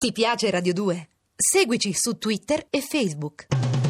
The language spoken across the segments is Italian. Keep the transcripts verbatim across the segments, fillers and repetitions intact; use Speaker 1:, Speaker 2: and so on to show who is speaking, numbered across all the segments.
Speaker 1: Ti piace Radio due? Seguici su Twitter e Facebook.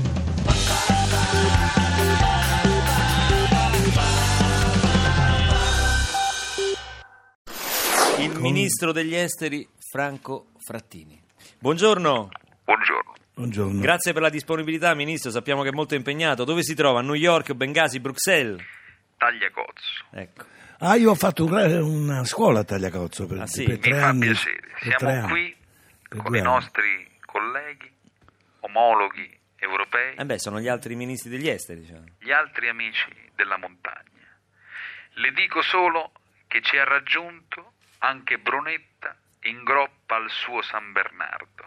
Speaker 2: Il ministro degli esteri Franco Frattini. Buongiorno.
Speaker 3: Buongiorno.
Speaker 4: Buongiorno.
Speaker 2: Grazie per la disponibilità, ministro. Sappiamo che è molto impegnato. Dove si trova? A New York, Bengasi, Bruxelles?
Speaker 3: Tagliacozzo.
Speaker 2: Ecco.
Speaker 4: Ah, io ho fatto un, una scuola a Tagliacozzo per,
Speaker 2: Ah, sì?
Speaker 4: per
Speaker 3: Mi
Speaker 4: tre
Speaker 3: fa
Speaker 4: anni.
Speaker 3: piacere.
Speaker 4: per tre
Speaker 3: Siamo
Speaker 4: anni.
Speaker 3: qui
Speaker 4: Per
Speaker 3: con
Speaker 4: due
Speaker 3: i
Speaker 4: anni.
Speaker 3: nostri colleghi, omologhi europei,
Speaker 2: Eh beh, sono gli altri ministri degli esteri. Cioè.
Speaker 3: gli altri amici della montagna. Le dico solo che ci ha raggiunto anche Brunetta in groppa al suo San Bernardo.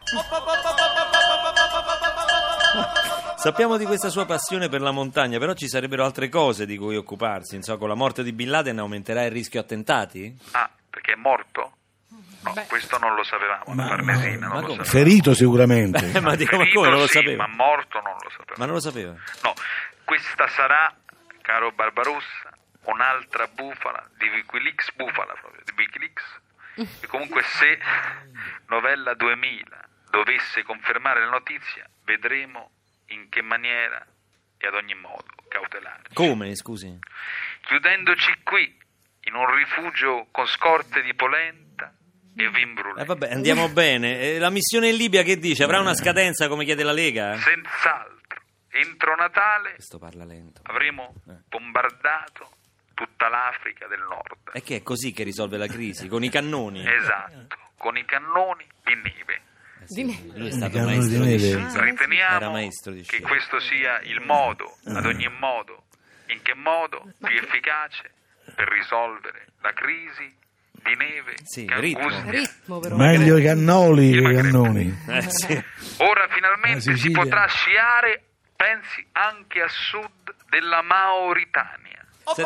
Speaker 2: Sappiamo di questa sua passione per la montagna, però ci sarebbero altre cose di cui occuparsi. Insomma, con la morte di Bin Laden aumenterà il rischio attentati?
Speaker 3: Ah, perché è morto? No, questo non lo sapevamo,
Speaker 4: Ma-
Speaker 3: la Farnesina
Speaker 2: ma
Speaker 3: non lo
Speaker 2: come?
Speaker 3: sapeva.
Speaker 4: Ferito sicuramente.
Speaker 2: Eh, ma dico, ma
Speaker 3: Ferito
Speaker 2: come non lo
Speaker 3: sì,
Speaker 2: sapeva?
Speaker 3: ma morto non lo sapeva.
Speaker 2: Ma non lo sapeva?
Speaker 3: No, questa sarà, caro Barbarossa, un'altra bufala di Wikileaks, bufala proprio, di Wikileaks. E comunque se Novella duemila dovesse confermare la notizia, vedremo in che maniera e ad ogni modo cautelare.
Speaker 2: Come, scusi?
Speaker 3: Chiudendoci qui, in un rifugio con scorte di polenta e vin brûlé.
Speaker 2: Eh vabbè, andiamo bene. Eh, la missione in Libia che dice? Avrà una scadenza come chiede la Lega?
Speaker 3: Senz'altro, entro Natale
Speaker 2: Questo parla lento.
Speaker 3: avremo
Speaker 2: Eh.
Speaker 3: bombardato tutta l'Africa del Nord.
Speaker 2: È che è così che risolve la crisi, con i cannoni.
Speaker 3: Esatto, con i cannoni di neve.
Speaker 2: Eh sì, lui è stato
Speaker 4: cannoni
Speaker 2: maestro
Speaker 4: di
Speaker 2: di
Speaker 4: neve.
Speaker 2: scienza. Era
Speaker 3: Riteniamo
Speaker 2: maestro di
Speaker 3: che
Speaker 2: scienza.
Speaker 3: questo sia il modo, ad ogni modo, in che modo più efficace per risolvere la crisi di neve
Speaker 2: Sì,
Speaker 3: che
Speaker 2: ritmo.
Speaker 3: angustia.
Speaker 1: Ritmo, però.
Speaker 4: Meglio i cannoli
Speaker 3: Il
Speaker 4: che i
Speaker 3: Maghreb.
Speaker 4: cannoni.
Speaker 2: Eh, sì.
Speaker 3: Ora finalmente
Speaker 4: La
Speaker 3: si
Speaker 4: Sicilia.
Speaker 3: potrà sciare, pensi, anche a sud della Mauritania.
Speaker 2: Se-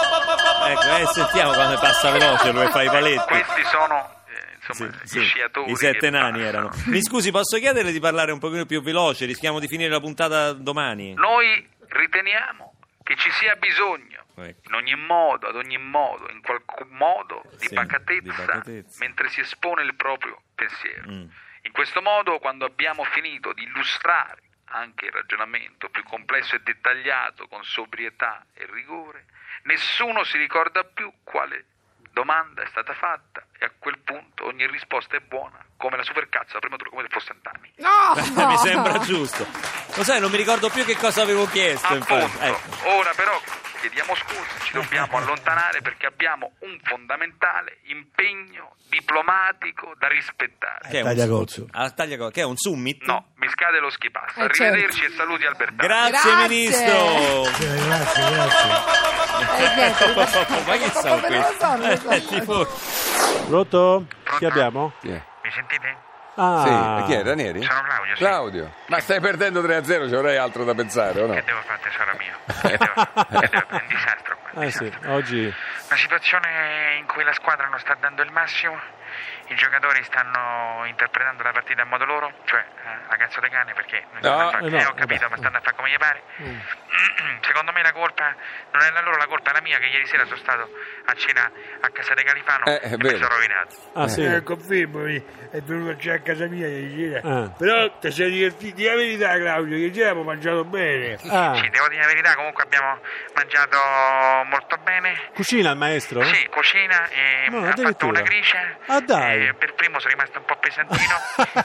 Speaker 2: Ecco, eh, sentiamo quando passa veloce, lui fa i paletti.
Speaker 3: Questi sono eh, insomma,
Speaker 2: Sì, sì.
Speaker 3: gli sciatori
Speaker 2: I sette
Speaker 3: che
Speaker 2: nani
Speaker 3: passano.
Speaker 2: erano. Mi scusi, posso chiederle di parlare un pochino più veloce? Rischiamo di finire la puntata domani.
Speaker 3: Noi riteniamo che ci sia bisogno,
Speaker 2: Ecco.
Speaker 3: in ogni modo, ad ogni modo, in qualche modo, di,
Speaker 2: Sì,
Speaker 3: pacatezza,
Speaker 2: di pacatezza.
Speaker 3: mentre si espone il proprio pensiero.
Speaker 2: Mm.
Speaker 3: In questo modo, quando abbiamo finito di illustrare anche il ragionamento più complesso e dettagliato con sobrietà e rigore, nessuno si ricorda più quale domanda è stata fatta e a quel punto ogni risposta è buona, come la supercazzo, la prematura, come se fosse anni.
Speaker 1: No!
Speaker 2: Mi sembra giusto. Lo sai, non mi ricordo più che cosa avevo chiesto.
Speaker 3: Appunto,
Speaker 2: Infatti. Ecco.
Speaker 3: ora però chiediamo scusa, ci dobbiamo allontanare perché abbiamo un fondamentale impegno diplomatico da rispettare.
Speaker 2: Che è un-
Speaker 4: Tagliacozzo.
Speaker 2: Ah, Tagliacozzo. Che è un summit?
Speaker 3: No, mi scade lo ski pass.
Speaker 1: Eh,
Speaker 3: Arrivederci
Speaker 1: certo.
Speaker 3: e saluti Albertano.
Speaker 2: Grazie,
Speaker 1: Grazie.
Speaker 2: ministro.
Speaker 4: Eh, grazie, grazie.
Speaker 1: Eh, niente,
Speaker 2: Ma chi sono
Speaker 1: non lo so, non lo so.
Speaker 2: questi? Eh, tipo...
Speaker 5: Pronto? Chi
Speaker 3: Pronto?
Speaker 5: abbiamo?
Speaker 6: Chi è?
Speaker 3: Mi sentite?
Speaker 5: Ah,
Speaker 6: Sì, chi è? Ranieri?
Speaker 3: Sono Claudio, sì.
Speaker 6: Claudio, ma stai perdendo tre a zero, ci avrai altro da pensare, o no?
Speaker 3: Che devo fare, tesoro mio? Che devo fare? Che devo fare? È un disastro qua, un
Speaker 5: eh sì,
Speaker 3: disastro.
Speaker 5: oggi
Speaker 3: Una situazione in cui la squadra non sta dando il massimo, i giocatori stanno interpretando la partita a modo loro, cioè eh, a cazzo de cane, perché non
Speaker 6: No,
Speaker 3: stanno a fare-
Speaker 5: eh no,
Speaker 3: eh, ho capito,
Speaker 5: vabbè.
Speaker 3: ma stanno a fare come gli pare. Secondo me la colpa non è la loro, la colpa è la mia, che ieri sera sono stato a cena a casa di Califano
Speaker 6: Eh, è
Speaker 3: e mi
Speaker 6: vero.
Speaker 3: sono rovinato.
Speaker 5: Ah sì.
Speaker 7: Eh, confermo, è venuto a cena a casa mia ieri sera.
Speaker 5: Ah.
Speaker 7: Però ti sei divertito, di la verità Claudio, ieri sera abbiamo mangiato bene.
Speaker 5: Ah,
Speaker 3: Sì, devo dire la verità, comunque abbiamo mangiato molto bene.
Speaker 5: cucina il maestro?
Speaker 3: Sì, cucina, e
Speaker 5: No,
Speaker 3: ha fatto
Speaker 5: addirittura.
Speaker 3: una gricia.
Speaker 5: Ah, dai.
Speaker 3: E per primo sono rimasto un po' pesantino.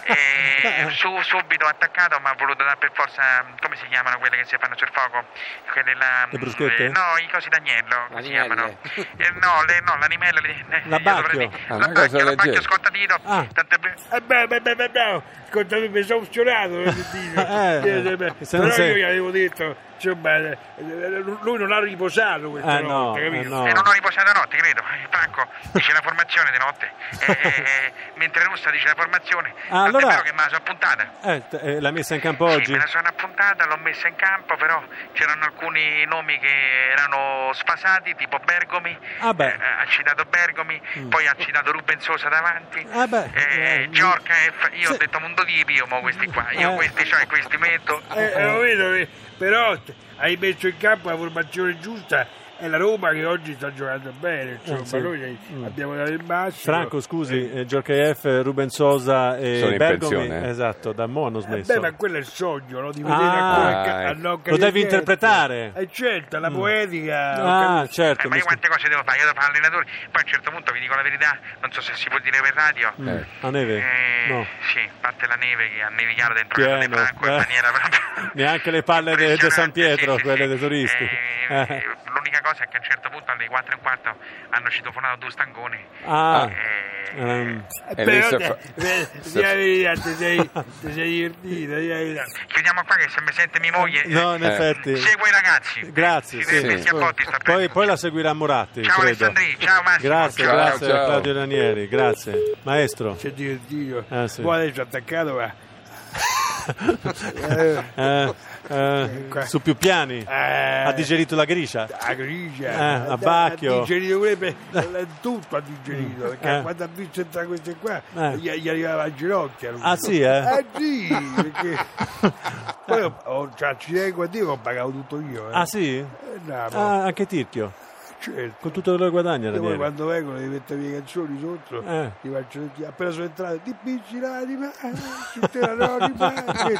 Speaker 3: E su, subito attaccato, ma ha voluto dare per forza, come si chiamano quelle che si fanno sul fuoco? Quelle là,
Speaker 5: Le bruschette?
Speaker 3: eh, no, i cosi d'agnello, come si
Speaker 6: L'animello.
Speaker 3: chiamano? Eh, no, le, no, l'animello. Le, le,
Speaker 5: L'abbacchio.
Speaker 3: io dovrei-
Speaker 6: Ah, una cosa
Speaker 3: L'abbacchio, l'abbacchio
Speaker 6: leggera.
Speaker 3: scottadito.
Speaker 5: Ah.
Speaker 3: Tanto è be-
Speaker 7: Eh beh, beh, beh, beh, beh, ascolta, mi sono opzionato.
Speaker 5: Eh, se non
Speaker 7: Però
Speaker 5: sei-
Speaker 7: io gli avevo detto, insomma, eh, lui non ha riposato questa
Speaker 5: Eh, no,
Speaker 7: notte,
Speaker 5: eh,
Speaker 7: capito?
Speaker 5: no.
Speaker 3: E non ho riposato notte, credo. Eh, Franco dice la formazione di notte. E, e, e, mentre Russa dice la formazione.
Speaker 5: Ah,
Speaker 3: tant'è
Speaker 5: allora-
Speaker 3: vero che me la sono appuntata.
Speaker 5: Eh, t- eh, l'ha messa in campo
Speaker 3: Sì,
Speaker 5: oggi?
Speaker 3: me la sono appuntata, l'ho messa in campo, però c'erano alcuni nomi che erano sfasati, tipo Bergomi.
Speaker 5: Ah, beh.
Speaker 3: Eh, ha citato Bergomi, poi ha citato Ruben Sosa davanti.
Speaker 5: Ah, beh.
Speaker 3: Eh,
Speaker 5: Eh,
Speaker 3: Giorcaeff, io
Speaker 5: sì.
Speaker 3: ho detto Mondo di Pio, mo questi qua. Io
Speaker 5: Eh.
Speaker 3: questi c'ho e questi metto.
Speaker 7: Eh, eh, ho capito, eh, però t- hai messo in campo la formazione giusta è la Roma che oggi sta giocando bene, insomma,
Speaker 5: Eh, sì.
Speaker 7: noi
Speaker 5: Mm.
Speaker 7: abbiamo dato il massimo.
Speaker 5: Franco, scusi, eh, Djorkaeff, Ruben Sosa e
Speaker 6: Sono in
Speaker 5: Bergomi,
Speaker 6: pensione, eh?
Speaker 5: esatto, da mo' hanno
Speaker 7: Eh
Speaker 5: smesso.
Speaker 7: beh, ma quello è il sogno, no? Di vedere
Speaker 5: Ah,
Speaker 7: ancora ca-
Speaker 6: ecco.
Speaker 7: a non
Speaker 5: Lo
Speaker 7: cadere
Speaker 5: devi
Speaker 7: niente.
Speaker 5: interpretare.
Speaker 7: Eh certo, la poetica. ho
Speaker 5: Ah,
Speaker 7: capito.
Speaker 5: certo.
Speaker 3: Eh, ma
Speaker 5: mi
Speaker 3: io quante cose devo fare? Io devo fare allenatore. Poi a un certo punto vi dico la verità, non so se si può dire per radio.
Speaker 5: scu- Mm. A neve?
Speaker 3: Eh,
Speaker 5: No.
Speaker 3: Sì, parte la neve che ha nevicato dentro casa di
Speaker 5: Pieno.
Speaker 3: Franco in
Speaker 5: Eh.
Speaker 3: maniera proprio
Speaker 5: Neanche le palle de- de San Pietro,
Speaker 3: Sì, sì,
Speaker 5: quelle
Speaker 3: sì.
Speaker 5: dei turisti.
Speaker 3: Eh,
Speaker 5: Eh.
Speaker 3: L'unica cosa è che a un certo punto alle quattro e un quarto hanno citofonato due stangoni.
Speaker 5: Ah,
Speaker 3: Eh,
Speaker 5: ehm,
Speaker 7: Eh,
Speaker 6: E lei
Speaker 7: però
Speaker 6: si è
Speaker 7: te-
Speaker 6: fa-
Speaker 7: eh, di la verità, ti sei, ti sei divertito, di la verità.
Speaker 3: Chiudiamo qua che se mi sente mia moglie
Speaker 5: no, in
Speaker 6: Eh.
Speaker 5: effetti.
Speaker 3: seguo i ragazzi.
Speaker 5: Grazie,
Speaker 3: Si
Speaker 5: sì.
Speaker 3: vede che a Botti sta
Speaker 5: Poi,
Speaker 3: prendendo.
Speaker 5: poi la seguirà Moratti,
Speaker 3: Ciao
Speaker 5: credo.
Speaker 3: Alessandri, ciao Massimo.
Speaker 5: Grazie,
Speaker 6: Ciao,
Speaker 5: grazie
Speaker 6: ciao.
Speaker 5: Claudio Ranieri, grazie. Maestro.
Speaker 7: Si è divertito.
Speaker 5: Eh, sì.
Speaker 7: Poi adesso attaccato va. eh,
Speaker 5: Eh, eh, su più piani.
Speaker 7: eh,
Speaker 5: Ha digerito la gricia.
Speaker 7: la grigia.
Speaker 5: Eh, a Bacchio.
Speaker 7: Ha digerito pure per, tutto ha digerito, perché
Speaker 5: Eh.
Speaker 7: quando ha visto entrare queste qua
Speaker 5: Eh.
Speaker 7: gli, gli arrivava a ginocchia. lui.
Speaker 5: Ah, sì, eh?
Speaker 7: Eh sì, perché poi ho, ho, cioè, ci tengo a dire che ho pagato tutto io. Eh.
Speaker 5: Ah, sì?
Speaker 7: Eh, no, ma-
Speaker 5: Ah, anche Tirchio.
Speaker 7: certo.
Speaker 5: Con tutto quello che guadagna,
Speaker 7: Io poi
Speaker 5: Ranieri.
Speaker 7: quando vengono devi mettere le canzoni sotto,
Speaker 5: Eh.
Speaker 7: ti faccio sentire, appena sono entrato, ti picci l'anima, ci te l'anima.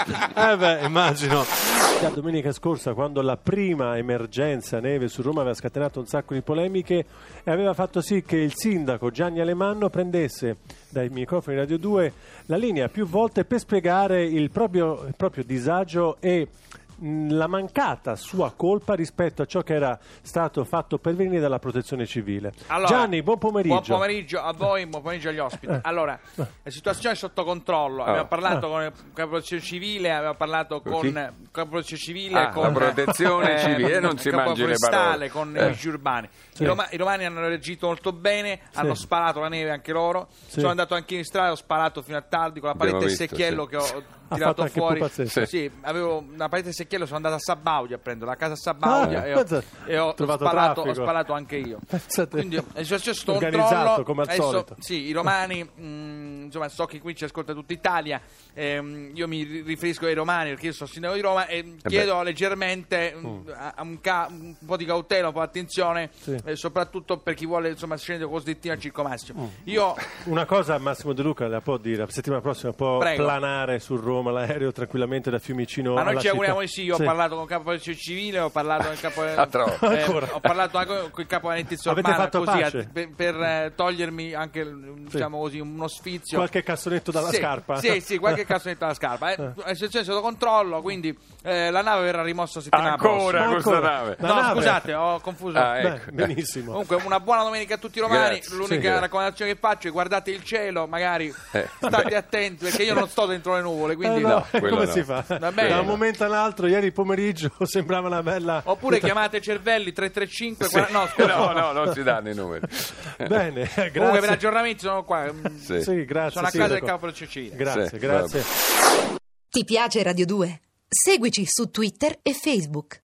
Speaker 5: Eh beh, immagino. La domenica scorsa, quando la prima emergenza neve su Roma aveva scatenato un sacco di polemiche e aveva fatto sì che il sindaco Gianni Alemanno prendesse dai microfoni Radio due la linea più volte per spiegare il proprio, il proprio disagio e mh, la mancata sua colpa rispetto a ciò che era stato fatto pervenire dalla protezione civile.
Speaker 8: Allora,
Speaker 5: Gianni, buon pomeriggio.
Speaker 8: Buon pomeriggio a voi, buon pomeriggio agli ospiti. Allora, la situazione è sotto controllo. Abbiamo parlato con il- con la protezione civile, abbiamo parlato con,
Speaker 6: chi?
Speaker 8: con la protezione civile,
Speaker 6: Ah,
Speaker 8: con
Speaker 6: la protezione civile, non si
Speaker 8: il capo
Speaker 6: mangi le
Speaker 8: forestale,
Speaker 6: parole.
Speaker 8: con
Speaker 6: Eh.
Speaker 8: i vigili urbani. I, Roma- i romani hanno reagito molto bene, hanno sparato la neve anche loro.
Speaker 5: Sì.
Speaker 8: Sono andato anche in strada, ho sparato fino a tardi con la
Speaker 6: Abbiamo
Speaker 8: parete e
Speaker 6: visto,
Speaker 8: secchiello
Speaker 6: sì.
Speaker 8: che ho
Speaker 5: Ha
Speaker 8: tirato
Speaker 5: fatto anche
Speaker 8: fuori.
Speaker 5: pupazzesso.
Speaker 8: Sì, avevo una parete e secchiello, sono andato a Sabaudia a prendere la casa a Sabaudia
Speaker 5: Ah,
Speaker 8: e ho,
Speaker 5: pensa-
Speaker 8: e ho
Speaker 5: trovato
Speaker 8: sparato, ho
Speaker 5: traffico.
Speaker 8: sparato anche io.
Speaker 5: Pensa te.
Speaker 8: Quindi la situazione sto
Speaker 5: Organizzato,
Speaker 8: controllo.
Speaker 5: come al
Speaker 8: Adesso,
Speaker 5: solito.
Speaker 8: sì, i romani, mh, insomma, so che qui ci ascolta tutta Italia. ehm, io mi ri- riferisco ai romani perché io sono sindaco di Roma e chiedo leggermente mh, a, a un, ca- un po' di cautela, un po' di attenzione,
Speaker 5: Sì.
Speaker 8: eh, soprattutto per chi vuole insomma scendere così al Circo Massimo. Io
Speaker 5: Una cosa Massimo De Luca la può dire, la settimana prossima può
Speaker 8: Prego.
Speaker 5: planare su Roma l'aereo tranquillamente da Fiumicino
Speaker 8: Ma
Speaker 5: alla
Speaker 8: noi ci auguriamo
Speaker 5: città.
Speaker 8: di sì, io ho
Speaker 5: Sì.
Speaker 8: parlato con il capo della protezione civile, ho parlato con il capo
Speaker 6: Ah, troppo.
Speaker 8: eh,
Speaker 5: Ancora.
Speaker 8: ho parlato anche con il capo della nettezza
Speaker 5: Avete
Speaker 8: urbana
Speaker 5: fatto
Speaker 8: così,
Speaker 5: pace?
Speaker 8: a- per, per, eh, togliermi anche diciamo così uno sfizio.
Speaker 5: Qualche cassonetto dalla
Speaker 8: Sì,
Speaker 5: scarpa?
Speaker 8: Sì, sì, qualche cassonetto dalla scarpa. Eh, La situazione è sotto controllo, quindi eh, la nave verrà rimossa settimana
Speaker 6: Ancora
Speaker 8: prossima.
Speaker 6: questa
Speaker 5: Ancora?
Speaker 6: nave.
Speaker 5: La
Speaker 8: No,
Speaker 5: nave?
Speaker 8: scusate, ho confuso.
Speaker 6: Ah,
Speaker 5: Beh,
Speaker 6: ecco.
Speaker 5: benissimo.
Speaker 8: Comunque una buona domenica a tutti i romani.
Speaker 6: Grazie.
Speaker 8: L'unica
Speaker 6: Sì.
Speaker 8: raccomandazione che faccio è guardate il cielo, magari
Speaker 6: Eh,
Speaker 8: state
Speaker 6: beh.
Speaker 8: attenti perché io non sto dentro le nuvole,
Speaker 5: Eh,
Speaker 8: quindi
Speaker 5: no,
Speaker 6: no, quello
Speaker 5: come
Speaker 6: no.
Speaker 5: si fa?
Speaker 8: Va bene.
Speaker 5: Da un momento all'altro, ieri pomeriggio sembrava una bella...
Speaker 8: oppure chiamate Cervelli tre tre cinque quaranta no, scusa.
Speaker 6: No, no, non si danno i numeri.
Speaker 5: Bene, grazie.
Speaker 8: Comunque per aggiornamenti sono qua. mm,
Speaker 6: Sì.
Speaker 5: Sì, grazie.
Speaker 8: Sono a casa del
Speaker 5: sindaco.
Speaker 8: capo del Cecile.
Speaker 5: Grazie,
Speaker 6: Sì,
Speaker 5: grazie.
Speaker 1: Ti piace Radio due? Seguici su Twitter e Facebook.